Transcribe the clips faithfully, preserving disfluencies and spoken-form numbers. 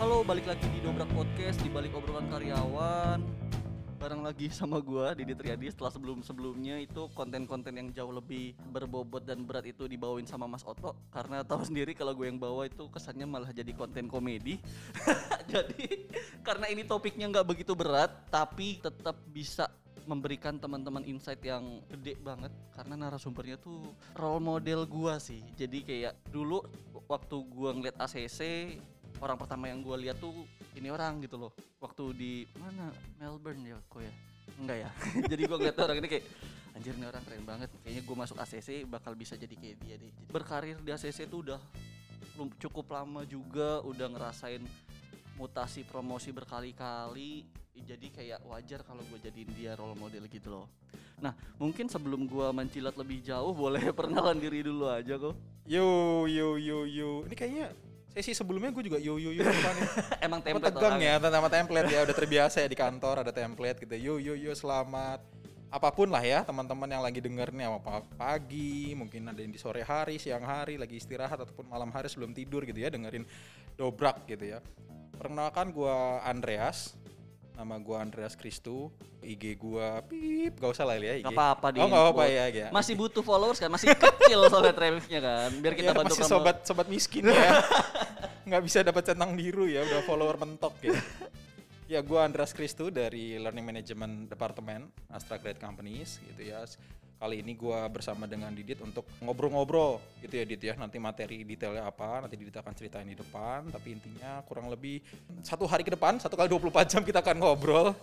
Halo, balik lagi di Dobrak Podcast, di balik obrolan karyawan. Bareng lagi sama gua Didi Triadi. Setelah sebelum-sebelumnya itu konten-konten yang jauh lebih berbobot dan berat itu dibawain sama Mas Oto. Karena tahu sendiri kalau gue yang bawa itu kesannya malah jadi konten komedi. Jadi karena ini topiknya nggak begitu berat, tapi tetap bisa memberikan teman-teman insight yang gede banget. Karena narasumbernya tuh role model gua sih. Jadi kayak dulu waktu gua ngeliat A C C, orang pertama yang gue lihat tuh ini orang gitu loh. Waktu di mana, Melbourne ya kok ya? Enggak ya. Jadi gue ngeliat orang ini kayak anjir, ini orang keren banget. Kayaknya gue masuk A C C bakal bisa jadi kayak dia deh. Berkarir di A C C tuh udah cukup lama juga, udah ngerasain mutasi promosi berkali-kali. Jadi kayak wajar kalau gue jadiin dia role model gitu loh. Nah, mungkin sebelum gue mencilat lebih jauh, boleh perkenalan diri dulu aja kok. Yo yo yo yo. Ini kayaknya sesi sebelumnya gue juga yo yo yo depan ya. Emang template tegang orangnya. ya, nama template ya, udah terbiasa ya di kantor ada template gitu. Yo yo yo selamat. Apapun lah ya teman-teman yang lagi denger nih, apa pagi, mungkin ada yang di sore hari, siang hari, lagi istirahat ataupun malam hari sebelum tidur gitu ya, dengerin Dobrak gitu ya. Perkenalkan gue Andreas. Nama gue Andreas Kristu, I G gue pip, gak usah lah ya I G. Gak apa-apa di Oh gak apa-apa ya, ya. Masih butuh followers kan, masih kecil sobat remixnya kan. Biar kita ya, bantu masih promo. sobat sobat miskin ya. Nggak bisa dapat centang biru ya, udah follower mentok ya. Ya gue Andreas Kristu dari Learning Management Department Astra Great Companies gitu ya. Kali ini gue bersama dengan Didit untuk ngobrol-ngobrol gitu ya Didit ya. Nanti materi detailnya apa, nanti Didit akan ceritain di depan. Tapi intinya kurang lebih satu hari ke depan, satu kali dua puluh empat jam kita akan ngobrol.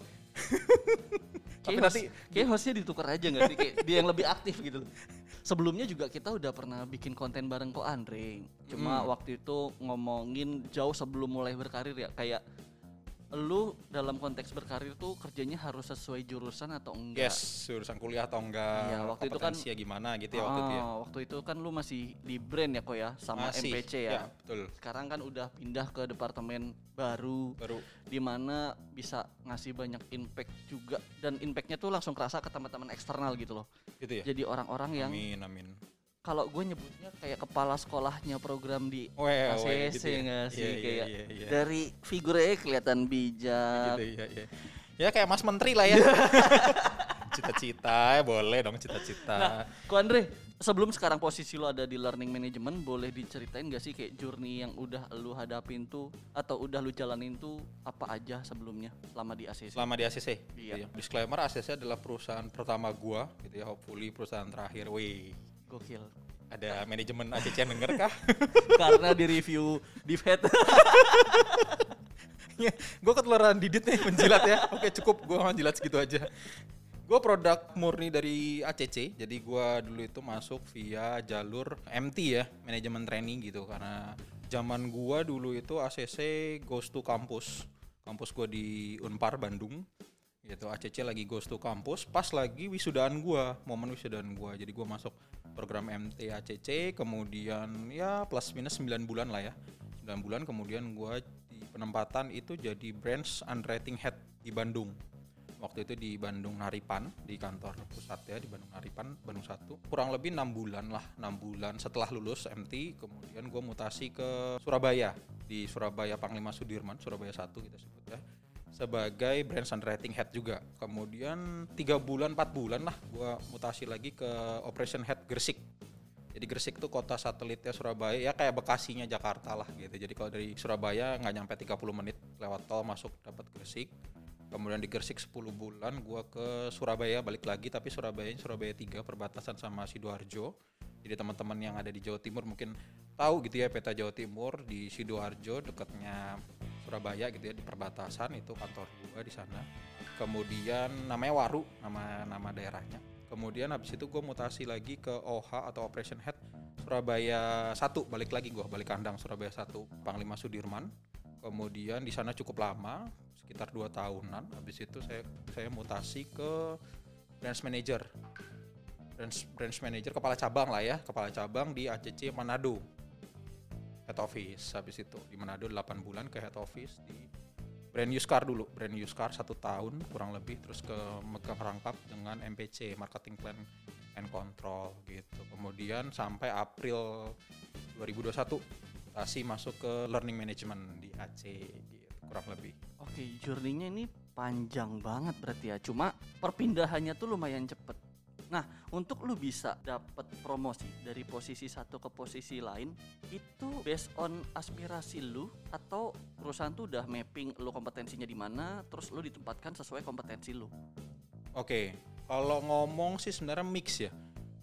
Tapi nanti kayak hostnya ditukar aja nggak sih, kayak dia yang lebih aktif gitu. Sebelumnya juga kita udah pernah bikin konten bareng Ko Andre. Cuma hmm. waktu itu ngomongin jauh sebelum mulai berkarir ya, kayak lu dalam konteks berkarir tuh kerjanya harus sesuai jurusan atau enggak? Yes, jurusan kuliah atau enggak? Ya, waktu itu kan gimana gitu ya oh, waktu itu ya. Waktu itu kan lu masih di brand ya kok ya sama masih, M P C ya. Ya, betul. Sekarang kan udah pindah ke departemen baru. Baru. Di mana bisa ngasih banyak impact juga, dan impactnya tuh langsung kerasa ke teman-teman eksternal gitu loh. Gitu ya. Jadi orang-orang yang amin amin. Kalau gue nyebutnya kayak kepala sekolahnya program di oh, iya, A C C oh, iya, gitu ya. nggak sih, iya, kayak iya, iya. dari figurnya kelihatan bijak. Gitu, iya, iya. Ya kayak Mas Menteri lah ya. Cita-cita, boleh dong cita-cita. Nah, Ko Andre, sebelum sekarang posisi lo ada di learning management, boleh diceritain gak sih kayak journey yang udah lu hadapin tuh atau udah lu jalanin tuh apa aja sebelumnya selama di A C C? Selama di A C C? Iya. Gitu ya. Disclaimer, A C C adalah perusahaan pertama gua gitu ya, hopefully perusahaan terakhir. Wih. Gokil. Ada manajemen A C C yang denger kah? Karena di review di Fed. Ya, gue ketularan Didit nih menjilat ya. Oke cukup, gue mau jilat segitu aja. Gue produk murni dari A C C, jadi gue dulu itu masuk via jalur M T ya, manajemen training gitu. Karena zaman gue dulu itu A C C goes to kampus, kampus gue di Unpar Bandung. Gitu, A C C lagi goes to kampus, pas lagi wisudaan gue, momen wisudaan gue. Jadi gue masuk program M T A C C, kemudian ya plus minus sembilan bulan lah ya. sembilan bulan kemudian gue di penempatan itu jadi branch underwriting head di Bandung. Waktu itu di Bandung Naripan, di kantor pusat ya, di Bandung Naripan, Bandung satu. Kurang lebih enam bulan lah, enam bulan setelah lulus M T, kemudian gue mutasi ke Surabaya. Di Surabaya Panglima Sudirman, Surabaya satu kita sebut ya. Sebagai branch underwriting head juga. Kemudian tiga bulan, empat bulan lah gue mutasi lagi ke operation head Gresik. Jadi Gresik tuh kota satelitnya Surabaya, ya kayak Bekasinya Jakarta lah gitu. Jadi kalau dari Surabaya nggak nyampe tiga puluh menit lewat tol masuk dapat Gresik. Kemudian di Gresik sepuluh bulan gue ke Surabaya balik lagi, tapi Surabaya Surabaya tiga perbatasan sama Sidoarjo. Jadi teman-teman yang ada di Jawa Timur mungkin tahu gitu ya, peta Jawa Timur di Sidoarjo dekatnya Surabaya gitu ya, di perbatasan itu kantor gue di sana. Kemudian namanya Waru, nama nama daerahnya. Kemudian habis itu gue mutasi lagi ke O H atau Operation Head Surabaya satu, balik lagi gue balik kandang Surabaya satu, Panglima Sudirman. Kemudian di sana cukup lama, sekitar dua tahunan. Habis itu saya saya mutasi ke branch manager. Branch, branch manager kepala cabang lah ya, kepala cabang di A C C Manado. Head office habis itu di Manado delapan bulan ke head office di brand Yuskar dulu, brand Yuskar satu tahun kurang lebih, terus ke megang rangkap dengan M P C, Marketing Plan and Control gitu. Kemudian sampai April dua ribu dua puluh satu mutasi masuk ke learning management di A C gitu kurang lebih. Oke, journey-nya ini panjang banget berarti ya. Cuma perpindahannya tuh lumayan cepet. Nah, untuk lu bisa dapat promosi dari posisi satu ke posisi lain, itu based on aspirasi lu atau perusahaan tuh udah mapping lu kompetensinya di mana, terus lu ditempatkan sesuai kompetensi lu. Oke, kalau ngomong sih sebenarnya mix ya.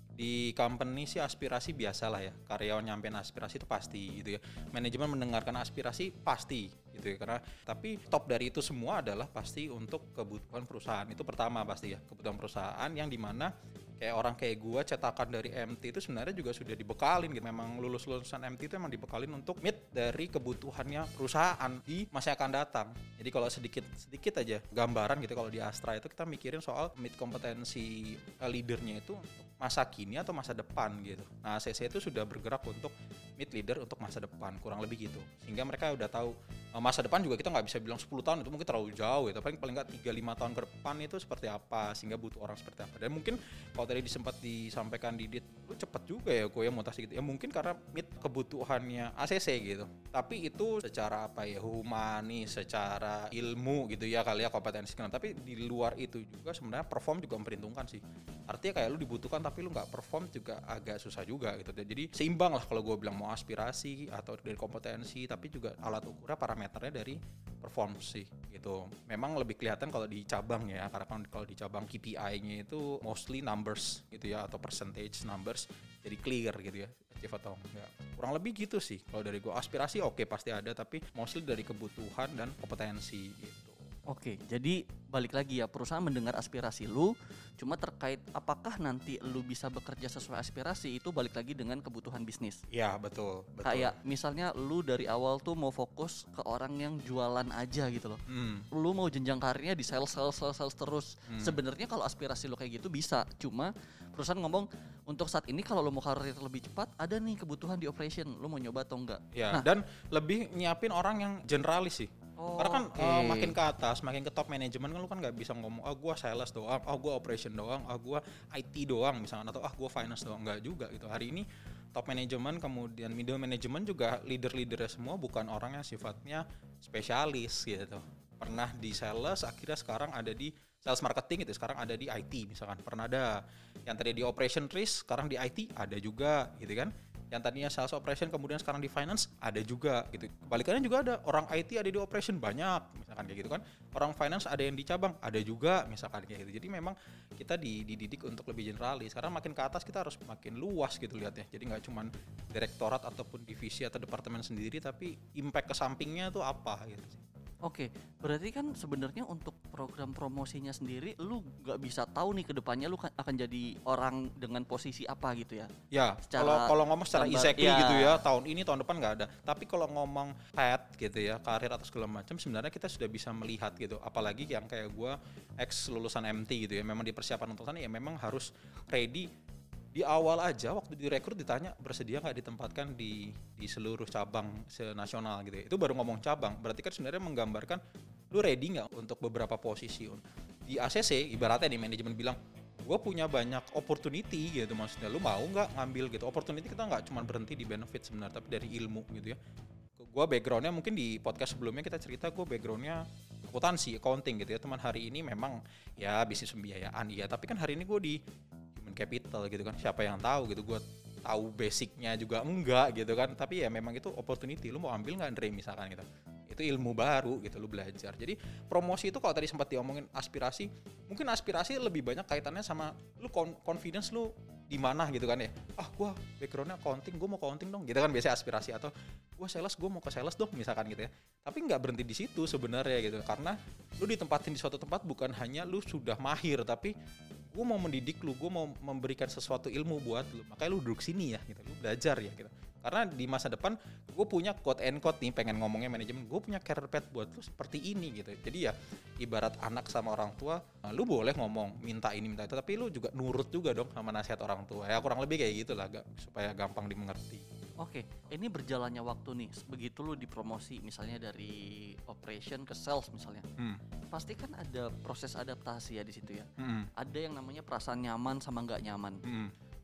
Di company sih aspirasi biasalah ya, karyawan nyampein aspirasi itu pasti gitu ya. Manajemen mendengarkan aspirasi pasti gitu ya, karena tapi top dari itu semua adalah pasti untuk kebutuhan perusahaan. Itu pertama pasti ya, kebutuhan perusahaan yang dimana kayak orang kayak gua cetakan dari M T itu sebenarnya juga sudah dibekalin gitu. Memang lulus-lulusan M T itu emang dibekalin untuk meet dari kebutuhannya perusahaan di masa yang akan datang. Jadi kalau sedikit sedikit aja gambaran gitu, kalau di Astra itu kita mikirin soal meet kompetensi uh, leadernya itu untuk masa kini atau masa depan gitu. Nah, C C itu sudah bergerak untuk meet leader untuk masa depan, kurang lebih gitu. Sehingga mereka udah tahu uh, masa depan juga kita nggak bisa bilang sepuluh tahun, itu mungkin terlalu jauh ya. Tapi paling nggak tiga lima tahun ke depan itu seperti apa, sehingga butuh orang seperti apa. Dan mungkin kalau tadi sempat disampaikan Didit, lu cepet juga ya gue ya mutasi gitu. Ya mungkin karena meet kebutuhannya A C C gitu. Tapi itu secara apa ya, humanis, secara ilmu gitu ya kali ya, kompetensi. Tapi di luar itu juga sebenarnya perform juga memperhitungkan sih. Artinya kayak lu dibutuhkan tapi lu nggak perform juga agak susah juga gitu. Jadi seimbang lah kalau gue bilang, mau aspirasi atau dari kompetensi, tapi juga alat ukurnya parameternya dari perform sih gitu. Memang lebih kelihatan kalau di cabang ya, karena kan kalau di cabang K P I-nya itu mostly numbers gitu ya, atau percentage numbers, jadi clear gitu ya, achieve atau enggak. Kurang lebih gitu sih kalau dari gue. Aspirasi oke pasti ada, tapi mostly dari kebutuhan dan kompetensi gitu. Oke, jadi balik lagi ya, perusahaan mendengar aspirasi lu, cuma terkait apakah nanti lu bisa bekerja sesuai aspirasi itu balik lagi dengan kebutuhan bisnis. Iya betul, betul. Kayak misalnya lu dari awal tuh mau fokus ke orang yang jualan aja gitu loh. Hmm. Lu mau jenjang karirnya di sales, sales, sales, sales terus. Hmm. Sebenarnya kalau aspirasi lu kayak gitu bisa, cuma perusahaan ngomong untuk saat ini kalau lu mau karir lebih cepat, ada nih kebutuhan di operation, lu mau nyoba atau enggak. Ya, Nah, dan lebih nyiapin orang yang generalis sih. Oh, karena kan oke. uh, makin ke atas, makin ke top manajemen kan lu kan nggak bisa ngomong, ah oh, gue sales doang, ah oh, gue operation doang, ah oh, gue I T doang misalnya, atau ah oh, gue finance doang. Nggak juga gitu. Hari ini top manajemen, kemudian middle manajemen juga leader-leadernya semua bukan orang yang sifatnya spesialis gitu. Pernah di sales, akhirnya sekarang ada di sales marketing gitu, sekarang ada di I T misalkan. Pernah ada yang tadi di operation risk, sekarang di I T ada juga gitu kan. Yang tadinya sales operation kemudian sekarang di finance ada juga gitu. Kebalikannya juga ada, orang I T ada di operation banyak misalkan kayak gitu kan. Orang finance ada yang di cabang ada juga misalkan kayak gitu. Jadi memang kita dididik untuk lebih generalis. Karena makin ke atas kita harus makin luas gitu lihatnya. Jadi nggak cuma direktorat ataupun divisi atau departemen sendiri, tapi impact ke sampingnya tuh apa gitu sih. Oke, berarti kan sebenarnya untuk program promosinya sendiri, lu nggak bisa tahu nih ke depannya lu kan akan jadi orang dengan posisi apa gitu ya? Ya, Secara kalau kalau ngomong secara gambar, exactly ya. gitu ya, tahun ini tahun depan nggak ada. Tapi kalau ngomong path gitu ya, karir atau segala macam, sebenarnya kita sudah bisa melihat gitu. Apalagi yang kayak gue ex lulusan M T gitu ya, memang dipersiapkan untuk sana ya, memang harus ready. Di awal aja waktu direkrut ditanya bersedia nggak ditempatkan di di seluruh cabang senasional gitu ya. Itu baru ngomong cabang, berarti kan sebenarnya menggambarkan lu ready nggak untuk beberapa posisi. Di A C C ibaratnya di manajemen bilang, gue punya banyak opportunity gitu, maksudnya lu mau nggak ngambil gitu. Opportunity kita nggak cuma berhenti di benefit sebenarnya, tapi dari ilmu gitu ya. Gue backgroundnya mungkin di podcast sebelumnya kita cerita, gue backgroundnya akuntansi, accounting gitu ya. Teman hari ini memang ya bisnis pembiayaan ya, tapi kan hari ini gue di capital gitu kan, siapa yang tahu gitu, gue tahu basicnya juga enggak gitu kan, tapi ya memang itu opportunity, lu mau ambil nggak Andre misalkan gitu, itu ilmu baru gitu, lu belajar. Jadi promosi itu kalau tadi sempat diomongin aspirasi, mungkin aspirasi lebih banyak kaitannya sama lu confidence lu di mana gitu kan ya, ah gue backgroundnya accounting, gue mau accounting dong gitu kan, biasanya aspirasi. Atau gue sales, gue mau ke sales dong misalkan gitu ya. Tapi nggak berhenti di situ sebenarnya gitu, karena lu ditempatin di suatu tempat bukan hanya lu sudah mahir, tapi gue mau mendidik lu, gue mau memberikan sesuatu ilmu buat lu, makanya lu duduk sini ya gitu, lu belajar ya gitu. Karena di masa depan gue punya quote and quote nih, pengen ngomongnya manajemen, gue punya career path buat lu seperti ini gitu. Jadi ya ibarat anak sama orang tua, nah, lu boleh ngomong minta ini minta itu, tapi lu juga nurut juga dong sama nasihat orang tua. Ya kurang lebih kayak gitulah, gak, supaya gampang dimengerti. Oke, ini berjalannya waktu nih, begitu lu dipromosi misalnya dari operation ke sales misalnya, hmm. pasti kan ada proses adaptasi ya di situ ya. Hmm. Ada yang namanya perasaan nyaman sama nggak nyaman. Hmm.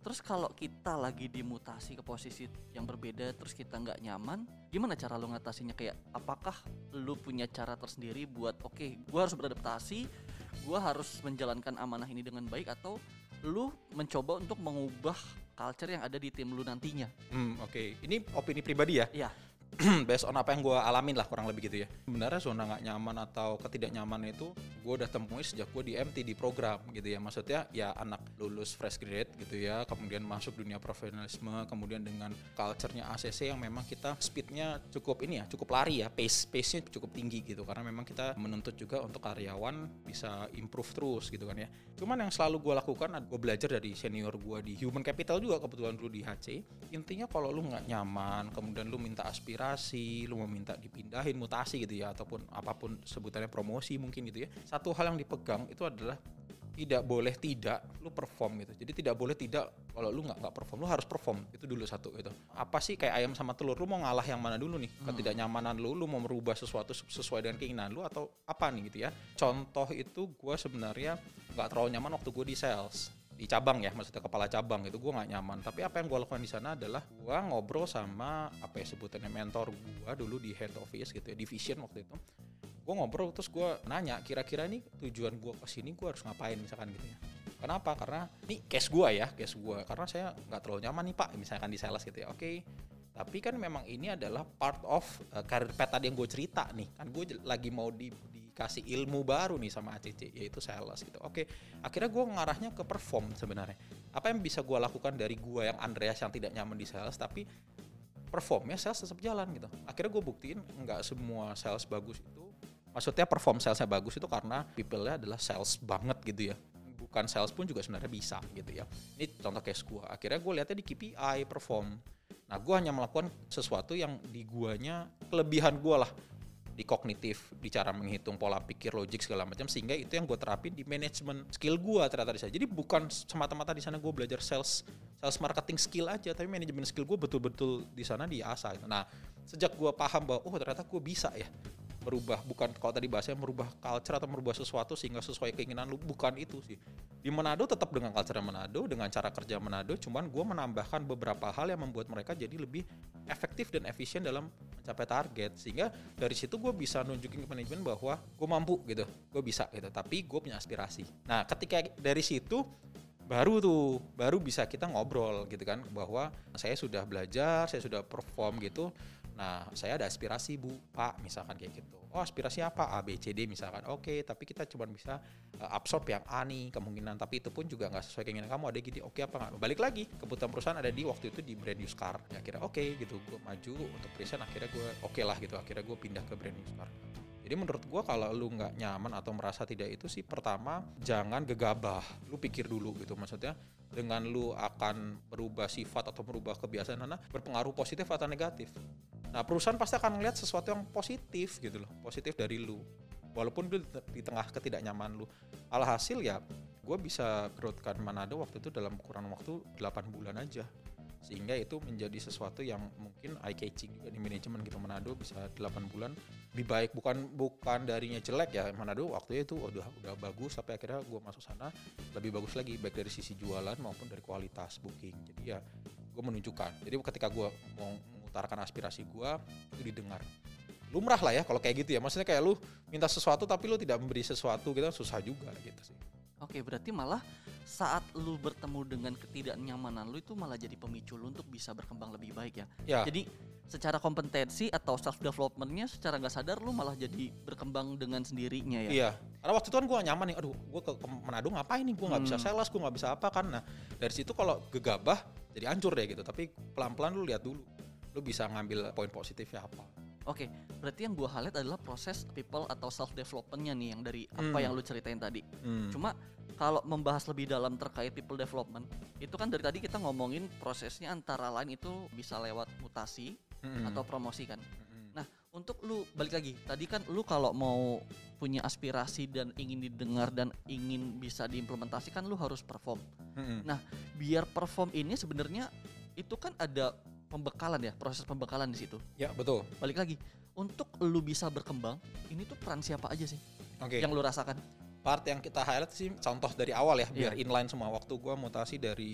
Terus kalau kita lagi dimutasi ke posisi yang berbeda terus kita nggak nyaman, gimana cara lu ngatasinnya? Kayak apakah lu punya cara tersendiri buat oke, okay, gua harus beradaptasi, gua harus menjalankan amanah ini dengan baik, atau lu mencoba untuk mengubah culture yang ada di tim lu nantinya? Hmm, oke. Okay. Ini opini pribadi ya? Iya. Based on apa yang gue alamin lah kurang lebih gitu ya. Sebenarnya zona nggak nyaman atau ketidaknyamanan itu gue udah temui sejak gue di M T di program gitu ya. Maksudnya ya anak lulus fresh grade gitu ya, kemudian masuk dunia profesionalisme, kemudian dengan culture-nya A C C yang memang kita speednya cukup ini ya, cukup lari ya, pace pace-nya cukup tinggi gitu. Karena memang kita menuntut juga untuk karyawan bisa improve terus gitu kan ya. Cuman yang selalu gue lakukan, gue belajar dari senior gue di human capital juga kebetulan dulu di H C. Intinya kalau lu nggak nyaman, kemudian lu minta aspirasi, lu mau minta dipindahin, mutasi gitu ya, ataupun apapun sebutannya, promosi mungkin gitu ya. Satu hal yang dipegang itu adalah tidak boleh tidak lu perform gitu. Jadi tidak boleh tidak, kalau lu nggak nggak perform, lu harus perform. Itu dulu satu gitu. Apa sih kayak ayam sama telur, lu mau ngalah yang mana dulu nih? Ketidaknyamanan lu, lu mau merubah sesuatu sesuai dengan keinginan lu atau apa nih gitu ya. Contoh itu gue sebenarnya nggak terlalu nyaman waktu gue di sales. Di cabang ya, maksudnya kepala cabang itu gue nggak nyaman. Tapi apa yang gue lakukan di sana adalah gue ngobrol sama apa ya sebutannya mentor gue dulu di head office gitu ya, division waktu itu. Gue ngobrol terus gue nanya kira-kira nih tujuan gue kesini gue harus ngapain misalkan gitu ya. Kenapa? Karena ini case gue ya, case gue. Karena saya nggak terlalu nyaman nih pak, misalkan di sales gitu ya. Oke. Okay. Tapi kan memang ini adalah part of uh, career path tadi yang gue cerita nih. Kan gue lagi mau di kasih ilmu baru nih sama A C C, yaitu sales gitu. Oke, akhirnya gue ngarahnya ke perform sebenarnya. Apa yang bisa gue lakukan dari gue yang Andreas yang tidak nyaman di sales, tapi performnya sales tetap jalan gitu. Akhirnya gue buktiin nggak semua sales bagus itu, maksudnya perform salesnya bagus itu karena people-nya adalah sales banget gitu ya. Bukan sales pun juga sebenarnya bisa gitu ya. Ini contoh case gue. Akhirnya gue lihatnya di K P I, perform. Nah, gue hanya melakukan sesuatu yang di guanya kelebihan gue lah. Di kognitif, di cara menghitung pola pikir, logik segala macam, sehingga itu yang gue terapin di manajemen skill gue ternyata di sana. Jadi bukan semata-mata di sana gue belajar sales sales marketing skill aja, tapi manajemen skill gue betul-betul di sana diasah. Nah, sejak gue paham bahwa oh ternyata gue bisa ya merubah, bukan kalau tadi bahasanya merubah culture atau merubah sesuatu sehingga sesuai keinginan lu, bukan itu sih. Di Manado tetap dengan culture Manado, dengan cara kerja Manado, cuman gue menambahkan beberapa hal yang membuat mereka jadi lebih efektif dan efisien dalam mencapai target, sehingga dari situ gue bisa nunjukin ke manajemen bahwa gue mampu gitu, gue bisa gitu, tapi gue punya aspirasi. Nah, ketika dari situ baru tuh, baru bisa kita ngobrol gitu kan, bahwa saya sudah belajar, saya sudah perform gitu. Nah, saya ada aspirasi bu, pak, misalkan kayak gitu. Oh, aspirasi apa? A, B, C, D misalkan. Oke, tapi kita cuma bisa uh, absorb yang A nih kemungkinan. Tapi itu pun juga nggak sesuai keinginan kamu. Ada gini, oke apa nggak? Balik lagi, kebutuhan perusahaan ada di waktu itu di brand new car. Ya, akhirnya oke gitu, gue maju untuk present. Akhirnya gue oke lah gitu. Akhirnya gue pindah ke brand new car. Jadi menurut gue kalau lu nggak nyaman atau merasa tidak itu sih, pertama jangan gegabah. Lu pikir dulu gitu, maksudnya dengan lu akan berubah sifat atau berubah kebiasaan sana berpengaruh positif atau negatif. Nah, perusahaan pasti akan ngeliat sesuatu yang positif gitu loh, positif dari lu. Walaupun itu di tengah ketidaknyamanan lu. Alhasil ya, gue bisa growthkan Manado waktu itu dalam kurang waktu delapan bulan aja. Sehingga itu menjadi sesuatu yang mungkin eye catching juga di manajemen gitu. Manado bisa delapan bulan lebih baik, bukan bukan darinya jelek ya. Manado waktunya itu udah udah bagus, tapi akhirnya gue masuk sana lebih bagus lagi, baik dari sisi jualan maupun dari kualitas booking. Jadi ya gue menunjukkan. Jadi ketika gue mau mengutarakan aspirasi gue, itu didengar. Lumrah lah ya kalau kayak gitu ya. Maksudnya kayak lu minta sesuatu tapi lu tidak memberi sesuatu gitu, susah juga gitu sih. Oke, berarti malah saat lu bertemu dengan ketidaknyamanan lu itu malah jadi pemicu lu untuk bisa berkembang lebih baik ya. Ya. Jadi secara kompetensi atau self developmentnya secara nggak sadar lu malah jadi berkembang dengan sendirinya ya. Iya. Karena waktu itu kan gue gak nyaman nih, aduh gue ke, ke Manado ngapain nih, gue gak bisa sales, gue gak bisa apa kan. Nah dari situ kalau gegabah jadi hancur deh gitu, tapi pelan-pelan lu lihat dulu, lu bisa ngambil poin positifnya apa. Oke, berarti yang gue highlight adalah proses people atau self developmentnya nih, yang dari apa Hmm. yang lu ceritain tadi. Hmm. Cuma kalau membahas lebih dalam terkait people development, itu kan dari tadi kita ngomongin prosesnya antara lain itu bisa lewat mutasi Hmm. atau promosi kan. Hmm. Nah, untuk lu balik lagi, tadi kan lu kalau mau punya aspirasi dan ingin didengar dan ingin bisa diimplementasikan, lu harus perform. Hmm. Nah, biar perform ini sebenarnya itu kan ada pembekalan ya, proses pembekalan di situ. Ya betul. Balik lagi, untuk lu bisa berkembang, ini tuh peran siapa aja sih Oke. yang lu rasakan? Part yang kita highlight sih contoh dari awal ya, biar Iya. inline semua. Waktu gue mutasi dari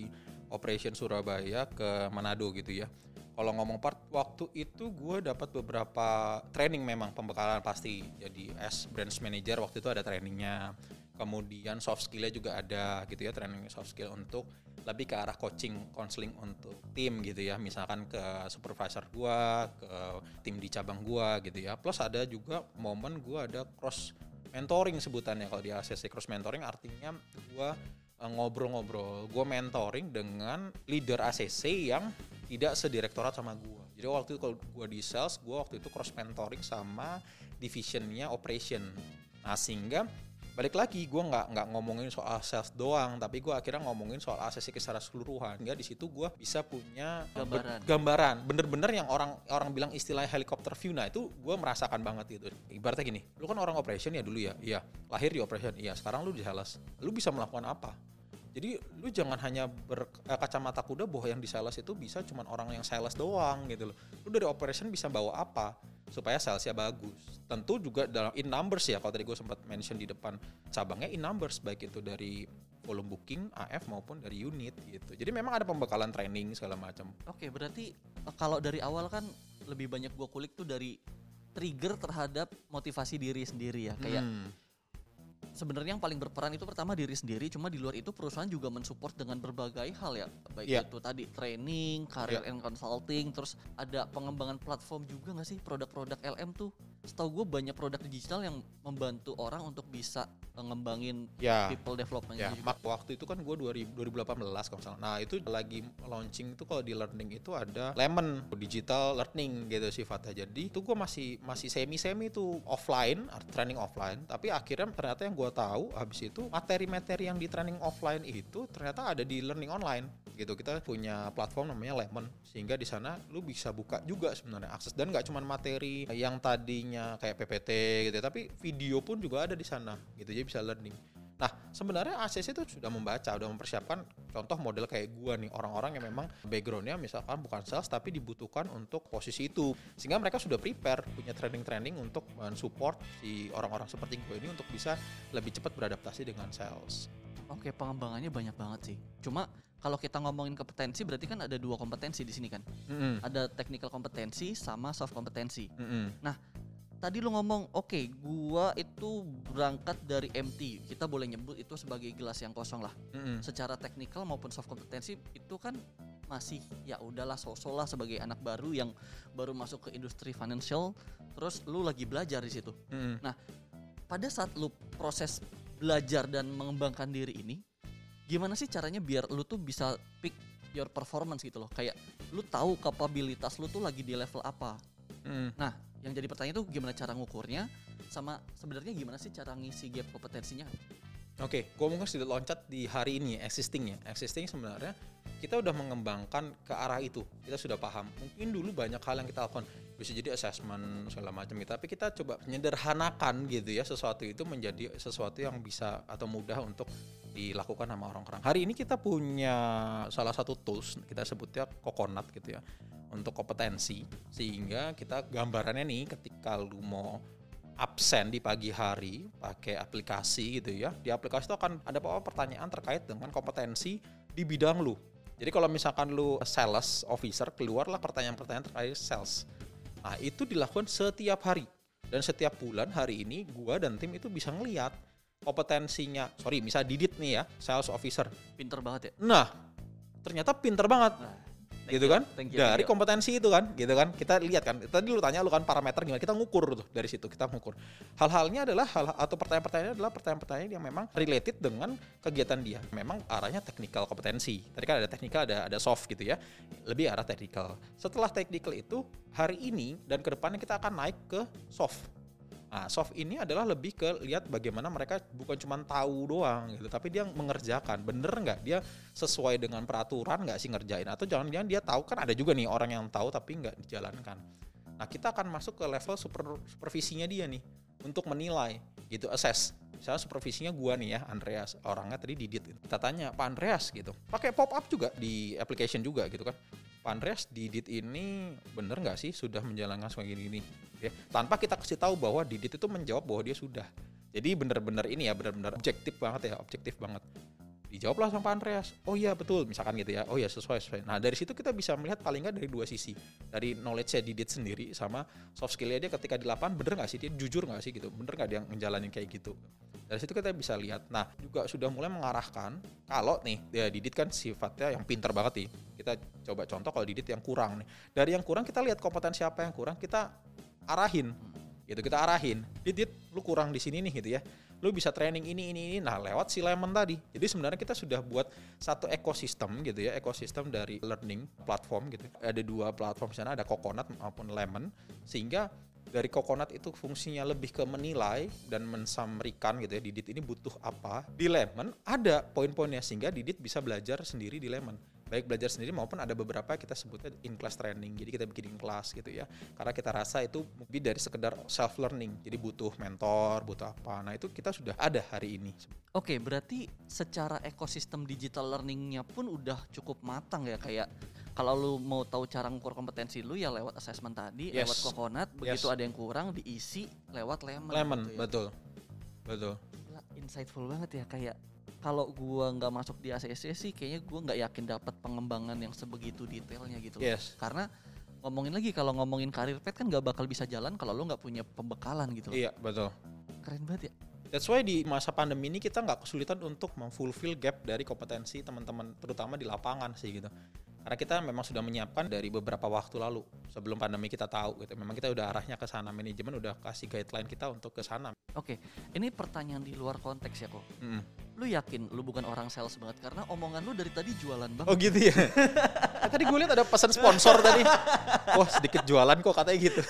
operation Surabaya ke Manado gitu ya. Kalau ngomong part waktu itu gue dapat beberapa training, memang pembekalan pasti. Jadi as branch manager waktu itu ada trainingnya. Kemudian soft skill-nya juga ada gitu ya, training soft skill untuk lebih ke arah coaching, counseling untuk tim gitu ya. Misalkan ke supervisor gue, ke tim di cabang gue gitu ya. Plus ada juga momen gue ada cross mentoring sebutannya kalau di A C C. Cross mentoring artinya gue uh, ngobrol-ngobrol, gue mentoring dengan leader A C C yang tidak sedirektorat sama gue. Jadi waktu itu kalau gue di sales, gue waktu itu cross mentoring sama divisionnya operation. Nah sehingga balik lagi gue nggak nggak ngomongin soal sales doang, tapi gue akhirnya ngomongin soal A C C secara keseluruhan. Hingga di situ gue bisa punya Gambaran. Be- gambaran, bener-bener yang orang orang bilang istilahnya helicopter view. Nah itu gue merasakan banget gitu. Ibaratnya gini, lu kan orang operation ya dulu ya, iya. Lahir di operation, iya. Sekarang lu di sales, lu bisa melakukan apa? Jadi lu jangan hanya berkacamata kuda bahwa yang di sales itu bisa cuman orang yang sales doang gitu loh. Lu dari operation bisa bawa apa supaya salesnya bagus. Tentu juga dalam in numbers ya, kalau tadi gue sempat mention di depan cabangnya in numbers, baik itu dari volume booking, A F maupun dari unit gitu. Jadi memang ada pembekalan training segala macam. Oke, berarti eh, kalau dari awal kan lebih banyak gua kulik tuh dari trigger terhadap motivasi diri sendiri ya. Kayak Hmm. sebenarnya yang paling berperan itu pertama diri sendiri, cuma di luar itu perusahaan juga mensupport dengan berbagai hal ya, baik Yeah. itu tadi training, career Yeah. and consulting, terus ada pengembangan platform juga nggak sih, produk-produk L M tuh. Setahu gue banyak produk digital yang membantu orang untuk bisa eh, ngembangin Ya. people development Ya, juga. mak waktu itu kan gue dua ribu delapan belas kalau nggak salah. Nah itu lagi launching itu kalau di learning itu ada Lemon digital learning gitu sifatnya. Jadi itu gue masih masih semi semi itu offline, training offline. Tapi akhirnya ternyata yang gue tahu habis itu materi-materi yang di training offline itu ternyata ada di learning online gitu. Kita punya platform namanya Lemon, sehingga di sana lu bisa buka juga sebenarnya akses, dan nggak cuma materi yang tadinya kayak P P T gitu, tapi video pun juga ada di sana gitu. Jadi bisa learning. Nah sebenarnya A C C itu sudah membaca, sudah mempersiapkan contoh model kayak gua nih, orang-orang yang memang backgroundnya misalkan bukan sales tapi dibutuhkan untuk posisi itu, sehingga mereka sudah prepare punya training-training untuk mensupport si orang-orang seperti gue ini untuk bisa lebih cepat beradaptasi dengan sales. Oke, pengembangannya banyak banget sih. Cuma kalau kita ngomongin kompetensi berarti kan ada dua kompetensi di sini kan. Mm-mm. Ada technical kompetensi sama soft kompetensi. Mm-mm. Tadi lu ngomong, oke, gua itu berangkat dari M T. Kita boleh nyebut itu sebagai gelas yang kosong lah. Mm-mm. Secara teknikal maupun soft kompetensi itu kan masih ya udahlah sosok lah sebagai anak baru yang baru masuk ke industri financial, terus lu lagi belajar di situ. Mm-mm. Pada saat lu proses belajar dan mengembangkan diri ini, gimana sih caranya biar lu tuh bisa pick your performance gitu loh? Kayak lu tahu kapabilitas lu tuh lagi di level apa. Mm. Nah, yang jadi pertanyaan tuh gimana cara ngukurnya, sama sebenarnya gimana sih cara ngisi gap kompetensinya? Oke, gue mungkin sedikit loncat di hari ini ya, existing ya. Existing sebenarnya kita udah mengembangkan ke arah itu. Kita sudah paham. Mungkin dulu banyak hal yang kita lakukan, bisa jadi assessment segala macam gitu. Tapi kita coba menyederhanakan gitu ya, sesuatu itu menjadi sesuatu yang bisa atau mudah untuk dilakukan sama orang-orang. Hari ini kita punya salah satu tools, kita sebutnya Coconut gitu ya, untuk kompetensi. Sehingga kita gambarannya nih, ketika lu mau absen di pagi hari pakai aplikasi gitu ya, di aplikasi itu akan ada beberapa pertanyaan terkait dengan kompetensi di bidang lu. Jadi kalau misalkan lu sales officer, keluarlah pertanyaan-pertanyaan terkait sales. Nah itu dilakukan setiap hari, dan setiap bulan hari ini gua dan tim itu bisa ngelihat kompetensinya. Sorry, misal Didit nih ya, sales officer. Pinter banget ya. Nah ternyata pinter banget. Nah, thank Gitu you, kan, thank you, dari thank you. kompetensi itu kan, gitu kan, kita lihat kan, tadi lu tanya lu kan parameter gimana, kita ngukur tuh, dari situ kita ngukur. Hal-halnya adalah hal atau pertanyaan-pertanyaan adalah pertanyaan-pertanyaan yang memang related dengan kegiatan dia, memang arahnya technical kompetensi. Tadi kan ada technical, ada ada soft gitu ya, lebih arah technical. Setelah technical itu, hari ini dan kedepannya kita akan naik ke soft. Nah, soft ini adalah lebih ke lihat bagaimana mereka bukan cuma tahu doang gitu, tapi dia mengerjakan. Bener nggak dia sesuai dengan peraturan nggak sih ngerjain? Atau jangan-jangan dia tahu, kan ada juga nih orang yang tahu tapi nggak dijalankan. Nah, kita akan masuk ke level super, supervisinya dia nih untuk menilai gitu, assess. Misalnya supervisinya gua nih ya, Andreas, orangnya tadi Didit. Kita tanya, Pak Andreas gitu, pakai pop up juga di application juga gitu kan. Pak Andreas, Didit ini bener nggak sih sudah menjalankan sebagai gini? Ya, tanpa kita kasih tahu bahwa Didit itu menjawab bahwa dia sudah. Jadi benar-benar ini ya, benar-benar objektif banget ya, objektif banget. Dijawablah sama Pak Andreas, oh iya betul, misalkan gitu ya, oh iya sesuai, sesuai. Nah dari situ kita bisa melihat paling nggak dari dua sisi, dari knowledge-nya Didit sendiri sama soft skill-nya dia ketika di lapangan bener nggak sih, dia jujur nggak sih gitu, bener nggak dia ngejalanin kayak gitu. Dari situ kita bisa lihat, nah juga sudah mulai mengarahkan, kalau nih ya Didit kan sifatnya yang pintar banget nih, kita coba contoh kalau Didit yang kurang nih, dari yang kurang kita lihat kompetensi apa yang kurang, kita arahin, gitu kita arahin, Didit lu kurang di sini nih gitu ya. Lu bisa training ini, ini, ini, nah lewat si Lemon tadi. Jadi sebenarnya kita sudah buat satu ekosistem gitu ya, ekosistem dari learning platform gitu. Ada dua platform di sana, ada Coconut maupun Lemon, sehingga dari Coconut itu fungsinya lebih ke menilai dan mensummarikan gitu ya, Didit ini butuh apa. Di Lemon ada poin-poinnya sehingga Didit bisa belajar sendiri di Lemon. Baik belajar sendiri maupun ada beberapa kita sebutnya in-class training. Jadi kita bikin kelas gitu ya. Karena kita rasa itu lebih dari sekedar self-learning. Jadi butuh mentor, butuh apa. Nah itu kita sudah ada hari ini. Oke, berarti secara ekosistem digital learningnya pun udah cukup matang ya. Kayak kalau lu mau tahu cara ngukur kompetensi lu ya lewat assessment tadi, Yes. lewat Coconut. Begitu Yes. ada yang kurang diisi lewat Lemon. Lemon, gitu ya. betul. Betul. Gila, insightful banget ya, kayak kalau gua nggak masuk di A C C sih kayaknya gua nggak yakin dapat pengembangan yang sebegitu detailnya gitu loh. Yes. Karena ngomongin lagi, kalau ngomongin karir pet kan nggak bakal bisa jalan kalau lu nggak punya pembekalan gitu loh. Iya, betul. Keren banget ya. That's why di masa pandemi ini kita nggak kesulitan untuk memfulfill gap dari kompetensi teman-teman, terutama di lapangan sih gitu. Karena kita memang sudah menyiapkan dari beberapa waktu lalu sebelum pandemi kita tahu gitu. Memang kita udah arahnya ke sana, manajemen udah kasih guideline kita untuk ke sana. Oke, ini pertanyaan di luar konteks ya kok. Mm. Lu yakin lu bukan orang sales banget karena omongan lu dari tadi jualan banget. Oh gitu ya. Nah, tadi gue lihat ada pesan sponsor tadi. Wah sedikit jualan kok katanya gitu.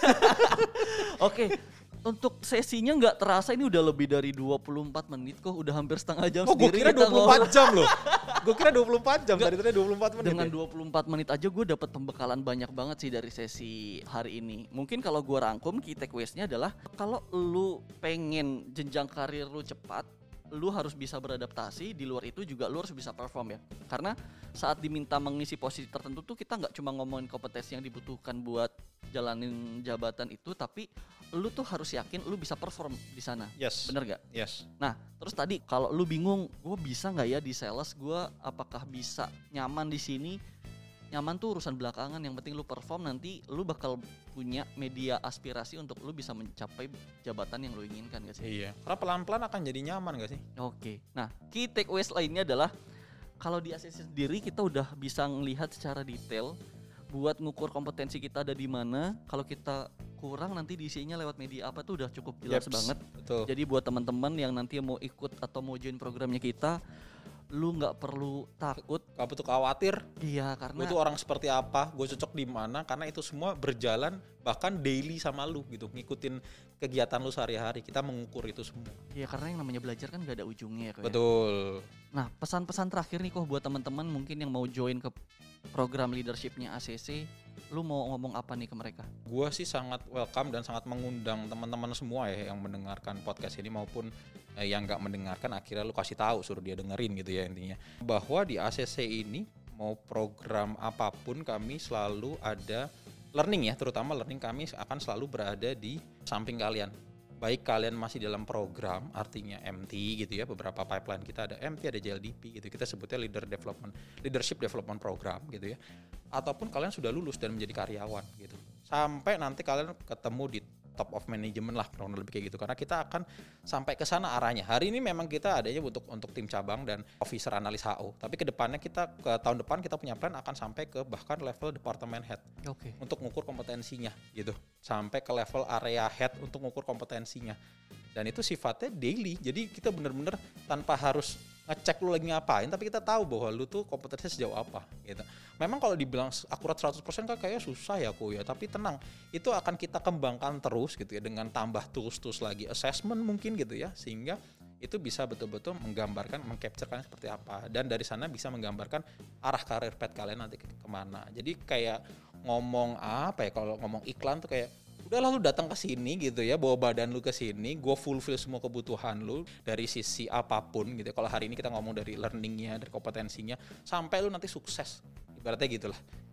Oke, untuk sesinya nggak terasa ini udah lebih dari dua puluh empat menit kok, udah hampir setengah jam Oh gue sendiri kira kita dua puluh empat ngobrol. jam loh. Gue kira dua puluh empat jam, tadi tadi dua puluh empat menit. Dengan ya? dua puluh empat menit aja gue dapet pembekalan banyak banget sih dari sesi hari ini. Mungkin kalau gue rangkum key takeaways-nya adalah kalau lu pengen jenjang karir lu cepat, lu harus bisa beradaptasi. Di luar itu juga lu harus bisa perform ya. Karena saat diminta mengisi posisi tertentu tuh kita nggak cuma ngomongin kompetensi yang dibutuhkan buat jalanin jabatan itu, tapi lu tuh harus yakin lu bisa perform di sana. Yes. Bener gak? Yes. Nah, terus tadi kalau lu bingung, gue bisa nggak ya di sales? Gue apakah bisa nyaman di sini? Nyaman tuh urusan belakangan. Yang penting lu perform, nanti lu bakal punya media aspirasi untuk lu bisa mencapai jabatan yang lu inginkan, gak sih? Iya. Karena pelan-pelan akan jadi nyaman gak sih? Oke. Nah, key takeaways lainnya adalah kalau di A C C sendiri kita udah bisa ngelihat secara detail buat ngukur kompetensi kita ada di mana. Kalau kita kurang nanti diisinya lewat media apa tuh udah cukup jelas Yeps, banget. Betul. Jadi buat teman-teman yang nanti mau ikut atau mau join programnya kita, lu nggak perlu takut. Gak perlu khawatir. Iya, Gue karena tuh orang seperti apa, gue cocok di mana, karena itu semua berjalan bahkan daily sama lu gitu, ngikutin kegiatan lu sehari-hari. Kita mengukur itu semua. ya karena yang namanya belajar kan gak ada ujungnya ya, kok ya. Betul. Nah, pesan-pesan terakhir nih kok buat teman-teman mungkin yang mau join ke program leadershipnya A C C, lu mau ngomong apa nih ke mereka? Gue sih sangat welcome dan sangat mengundang teman-teman semua ya yang mendengarkan podcast ini maupun eh, yang nggak mendengarkan, akhirnya lu kasih tahu, suruh dia dengerin gitu ya intinya. Bahwa di A C C ini mau program apapun kami selalu ada learning ya, terutama learning kami akan selalu berada di samping kalian. Baik kalian masih dalam program, artinya M T gitu ya, beberapa pipeline kita ada M T, ada J L D P gitu, kita sebutnya leader development, leadership development program gitu ya. Ataupun kalian sudah lulus dan menjadi karyawan gitu. Sampai nanti kalian ketemu di top of management lah, kurang lebih kayak gitu. Karena kita akan sampai ke sana arahnya. Hari ini memang kita adanya untuk untuk tim cabang dan officer analis H O. Tapi ke depannya kita ke tahun depan kita punya plan akan sampai ke bahkan level department head. Oke. Untuk mengukur kompetensinya gitu, sampai ke level area head untuk mengukur kompetensinya, dan itu sifatnya daily. Jadi kita bener-bener tanpa harus ngecek lu lagi ngapain, tapi kita tahu bahwa lu tuh kompetensinya sejauh apa gitu. Memang kalau dibilang akurat seratus persen kan kayaknya susah ya kok ya, tapi tenang, itu akan kita kembangkan terus gitu ya, dengan tambah tools-tools lagi, assessment mungkin gitu ya, sehingga itu bisa betul-betul menggambarkan, mengcapture kalian seperti apa, dan dari sana bisa menggambarkan arah karir path kalian nanti ke- kemana. Jadi kayak ngomong apa ya, kalau ngomong iklan tuh kayak udahlah lu datang ke sini gitu ya, bawa badan lu ke sini, gue fulfill semua kebutuhan lu dari sisi apapun gitu. Kalau hari ini kita ngomong dari learningnya, dari kompetensinya, sampai lu nanti sukses, ibaratnya gitulah.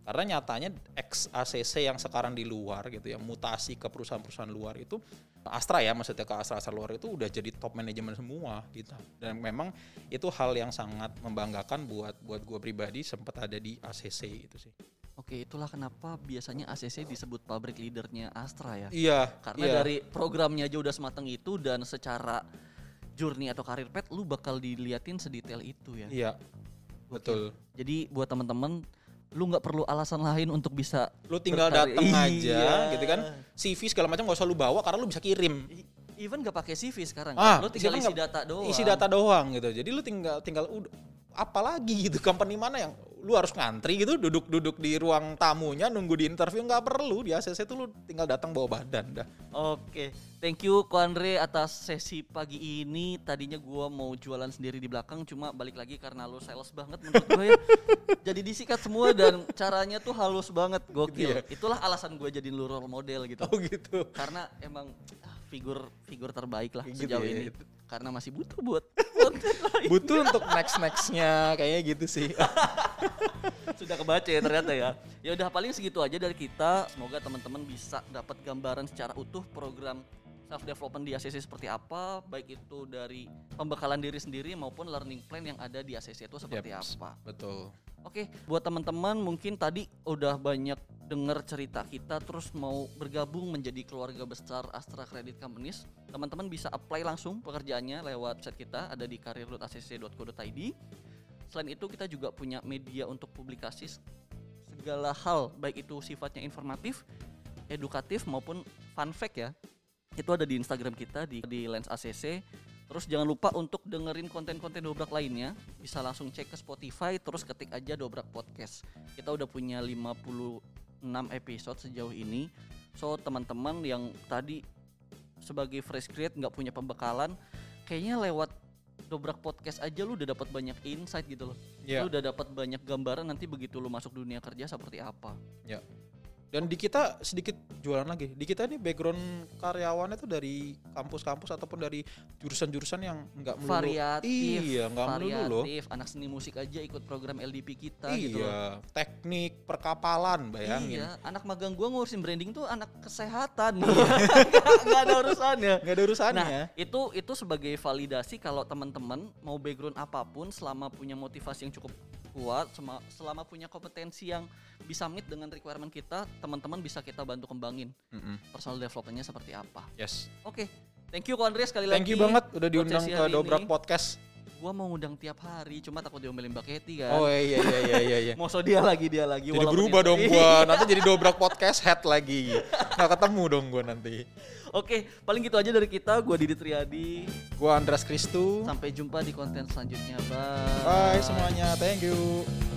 Karena nyatanya ex A C C yang sekarang di luar gitu ya, mutasi ke perusahaan-perusahaan luar itu, Astra ya maksudnya ke Astra-Astra luar itu udah jadi top manajemen semua gitu. Dan memang itu hal yang sangat membanggakan buat buat gue pribadi sempat ada di A C C itu sih. Oke, itulah kenapa biasanya A C C disebut pabrik leadernya Astra ya. Iya. Karena iya. dari programnya aja udah semateng itu dan secara journey atau karir pet lu bakal diliatin sedetail itu ya. Iya. Betul. Jadi buat teman-teman lu nggak perlu alasan lain untuk bisa lu tinggal berkarir. datang Iya. aja gitu kan, C V segala macam nggak usah lu bawa karena lu bisa kirim. Even nggak pakai C V sekarang, Ah, kan? Lu tinggal isi gak, data doang. Isi data doang gitu. Jadi lu tinggal tinggal udah apalagi gitu, company mana yang lu harus ngantri gitu, duduk-duduk di ruang tamunya nunggu di interview, nggak perlu. Di A C C tuh lu tinggal datang bawa badan dah. Oke, thank you Ko Andre atas sesi pagi ini. Tadinya gua mau jualan sendiri di belakang, cuma balik lagi karena lu sales banget menurut gue ya. Jadi disikat semua dan caranya tuh halus banget, gokil. Gitu ya? Itulah alasan gue jadiin lu role model gitu. Oh gitu. Karena emang ah, figur figur terbaik lah Gitu sejauh ya, ini. itu. Karena masih butuh buat konten lain. Butuh untuk next nextnya kayaknya gitu sih. Sudah kebaca ya ternyata ya. Ya udah paling segitu aja dari kita. Semoga teman-teman bisa dapat gambaran secara utuh program self development di A C C seperti apa, baik itu dari pembekalan diri sendiri maupun learning plan yang ada di A C C itu seperti Yep, apa. Betul. Oke, buat teman-teman mungkin tadi udah banyak dengar cerita kita terus mau bergabung menjadi keluarga besar Astra Credit Companies. Teman-teman bisa apply langsung pekerjaannya lewat website kita ada di career dot a c c dot co dot i d. Selain itu kita juga punya media untuk publikasi segala hal baik itu sifatnya informatif, edukatif maupun fun fact ya. Itu ada di Instagram kita di, di Lens A C C. Terus jangan lupa untuk dengerin konten-konten Dobrak lainnya, bisa langsung cek ke Spotify terus ketik aja Dobrak Podcast. Kita udah punya lima puluh enam episode sejauh ini. So teman-teman yang tadi sebagai fresh grade nggak punya pembekalan, kayaknya lewat Dobrak Podcast aja lu udah dapat banyak insight gitu loh. Yeah. Lu udah dapat banyak gambaran nanti begitu lu masuk dunia kerja seperti apa. Ya. Dan di kita sedikit jualan lagi. Di kita ini background karyawannya tuh dari kampus-kampus ataupun dari jurusan-jurusan yang enggak melulu. Variatif. Iya, enggak melulu loh. Variatif. Anak seni musik aja ikut program L D P kita Iya, gitu loh. teknik perkapalan bayangin. Iya, anak magang gua ngurusin branding tuh anak kesehatan nih. Enggak ada urusannya. Enggak ada urusannya. Nah, itu itu sebagai validasi kalau teman-teman mau background apapun selama punya motivasi yang cukup kuat, selama punya kompetensi yang bisa meet dengan requirement kita, teman-teman bisa kita bantu kembangin. Mm-mm. Personal development-nya seperti apa. Yes. Oke. Thank you Ko Andre sekali Thank lagi. you banget udah diundang sesi ke hari Dobrak ini. Podcast. Gua mau ngundang tiap hari, cuma takut diomelin Mbak Kety kan. Oh iya iya iya iya iya. Mau so dia lagi dia lagi. Jadi walaupun berubah dia- dong gua. Nanti jadi Dobrak Podcast head lagi. Nggak ketemu dong gua nanti. Oke, paling gitu aja dari kita. Gua Didi Triadi. Gua Andras Kristu. Sampai jumpa di konten selanjutnya. Bye. Bye semuanya. Thank you.